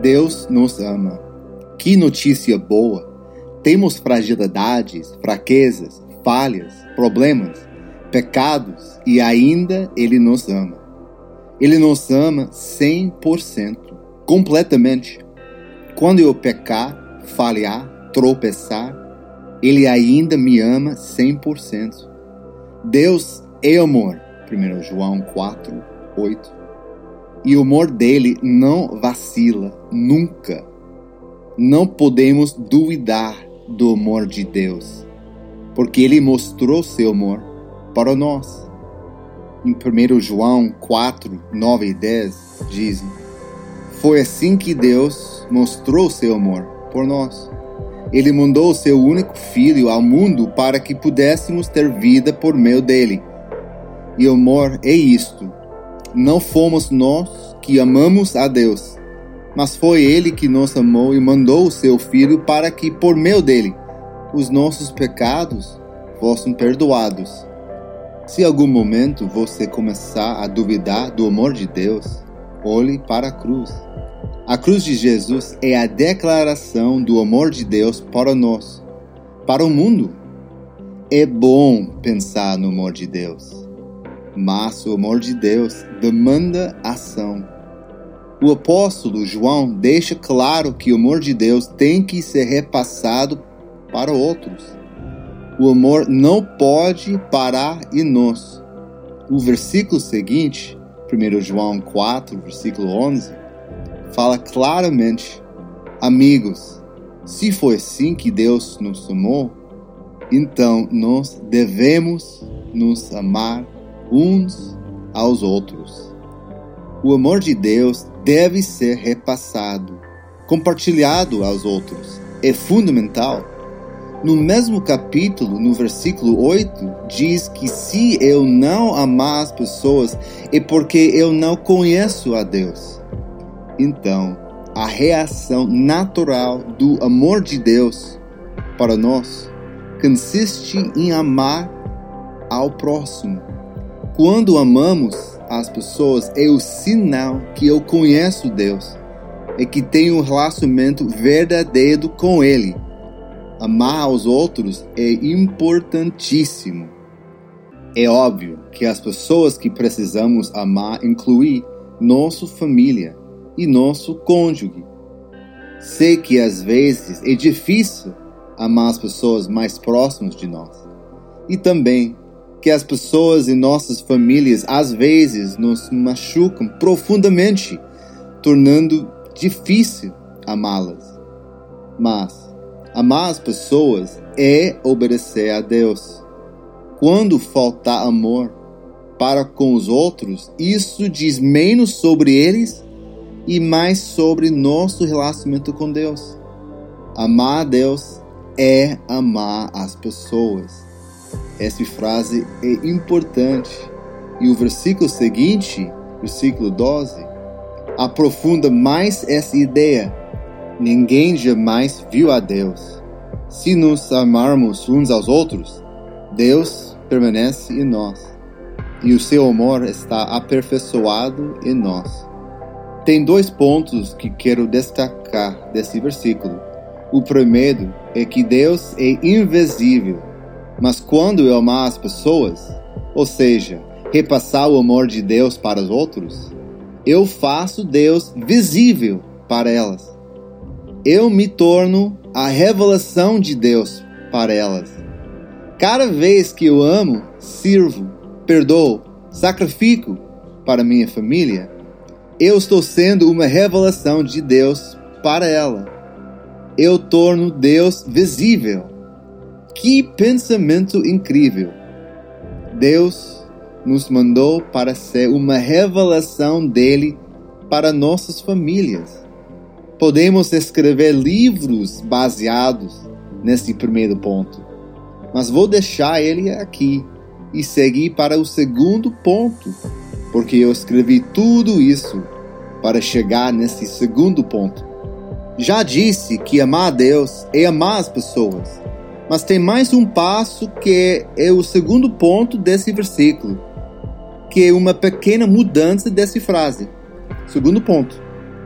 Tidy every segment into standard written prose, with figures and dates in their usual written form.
Deus nos ama. Que notícia boa! Temos fragilidades, fraquezas, falhas, problemas, pecados e ainda Ele nos ama. Ele nos ama 100%, completamente. Quando eu pecar, falhar, tropeçar, Ele ainda me ama 100%. Deus é amor, 1 João 4, 8. E o amor dele não vacila, nunca. Não podemos duvidar do amor de Deus, porque Ele mostrou seu amor para nós. Em 1 João 4, 9 e 10, diz: Foi assim que Deus mostrou seu amor por nós. Ele mandou o seu único Filho ao mundo para que pudéssemos ter vida por meio dele. E o amor é isto: não fomos nós que amamos a Deus, mas foi Ele que nos amou e mandou o seu Filho para que, por meio dele, os nossos pecados fossem perdoados. Se em algum momento você começar a duvidar do amor de Deus, olhe para a cruz. A cruz de Jesus é a declaração do amor de Deus para nós, para o mundo. É bom pensar no amor de Deus, mas o amor de Deus demanda ação. O apóstolo João deixa claro que o amor de Deus tem que ser repassado para outros. O amor não pode parar em nós. O versículo seguinte, 1 João 4, versículo 11, fala claramente: Amigos, se foi assim que Deus nos amou, então nós devemos nos amar uns aos outros. O amor de Deus deve ser repassado, compartilhado aos outros. É fundamental. No mesmo capítulo, no versículo 8, diz que se eu não amar as pessoas, é porque eu não conheço a Deus. Então, a reação natural do amor de Deus para nós consiste em amar ao próximo. Quando amamos as pessoas, é o sinal que eu conheço Deus, é que tenho um relacionamento verdadeiro com Ele. Amar aos outros é importantíssimo. É óbvio que as pessoas que precisamos amar incluem nossa família e nosso cônjuge. Sei que às vezes é difícil amar as pessoas mais próximas de nós. E também que as pessoas em nossas famílias às vezes nos machucam profundamente, tornando difícil amá-las. Mas amar as pessoas é obedecer a Deus. Quando faltar amor para com os outros, isso diz menos sobre eles e mais sobre nosso relacionamento com Deus. Amar a Deus é amar as pessoas. Essa frase é importante. E o versículo seguinte, versículo 12, aprofunda mais essa ideia. Ninguém jamais viu a Deus. Se nos amarmos uns aos outros, Deus permanece em nós, e o seu amor está aperfeiçoado em nós. Tem 2 pontos que quero destacar desse versículo. O primeiro é que Deus é invisível, mas quando eu amar as pessoas, ou seja, repassar o amor de Deus para os outros, eu faço Deus visível para elas. Eu me torno a revelação de Deus para elas. Cada vez que eu amo, sirvo, perdoo, sacrifico para minha família, eu estou sendo uma revelação de Deus para ela. Eu torno Deus visível. Que pensamento incrível! Deus nos mandou para ser uma revelação dele para nossas famílias. Podemos escrever livros baseados nesse primeiro ponto, mas vou deixar ele aqui e seguir para o segundo ponto, porque eu escrevi tudo isso para chegar nesse segundo ponto. Já disse que amar a Deus é amar as pessoas, mas tem mais um passo que é o segundo ponto desse versículo, que é uma pequena mudança dessa frase. Segundo ponto.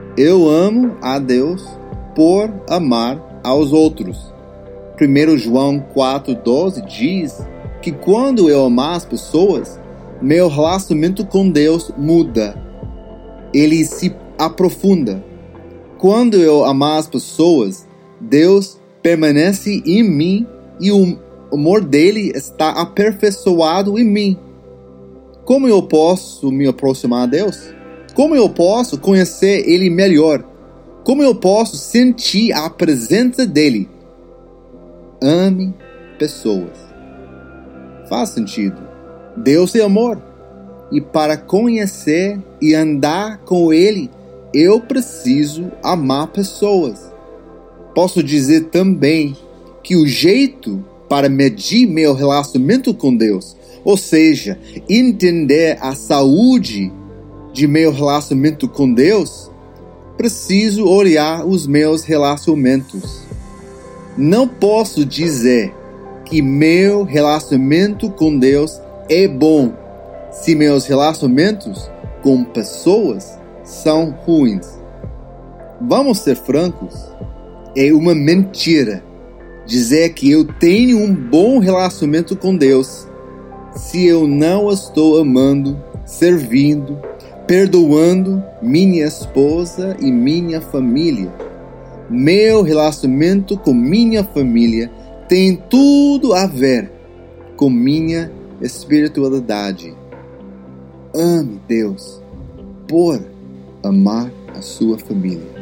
Eu amo a Deus por amar aos outros. 1 João 4,12 diz que quando eu amar as pessoas, meu relacionamento com Deus muda. Ele se aprofunda. Quando eu amar as pessoas, Deus permanece em mim e o amor dele está aperfeiçoado em mim. Como eu posso me aproximar de Deus? Como eu posso conhecer Ele melhor? Como eu posso sentir a presença dele? Ame pessoas. Faz sentido. Deus é amor. E para conhecer e andar com Ele, eu preciso amar pessoas. Posso dizer também que o jeito para medir meu relacionamento com Deus, ou seja, entender a saúde de meu relacionamento com Deus, preciso olhar os meus relacionamentos. Não posso dizer que meu relacionamento com Deus é bom se meus relacionamentos com pessoas são ruins. Vamos ser francos, é uma mentira dizer que eu tenho um bom relacionamento com Deus se eu não estou amando, servindo, perdoando minha esposa e minha família. Meu relacionamento com minha família tem tudo a ver com minha espiritualidade. Ame Deus por amar a sua família.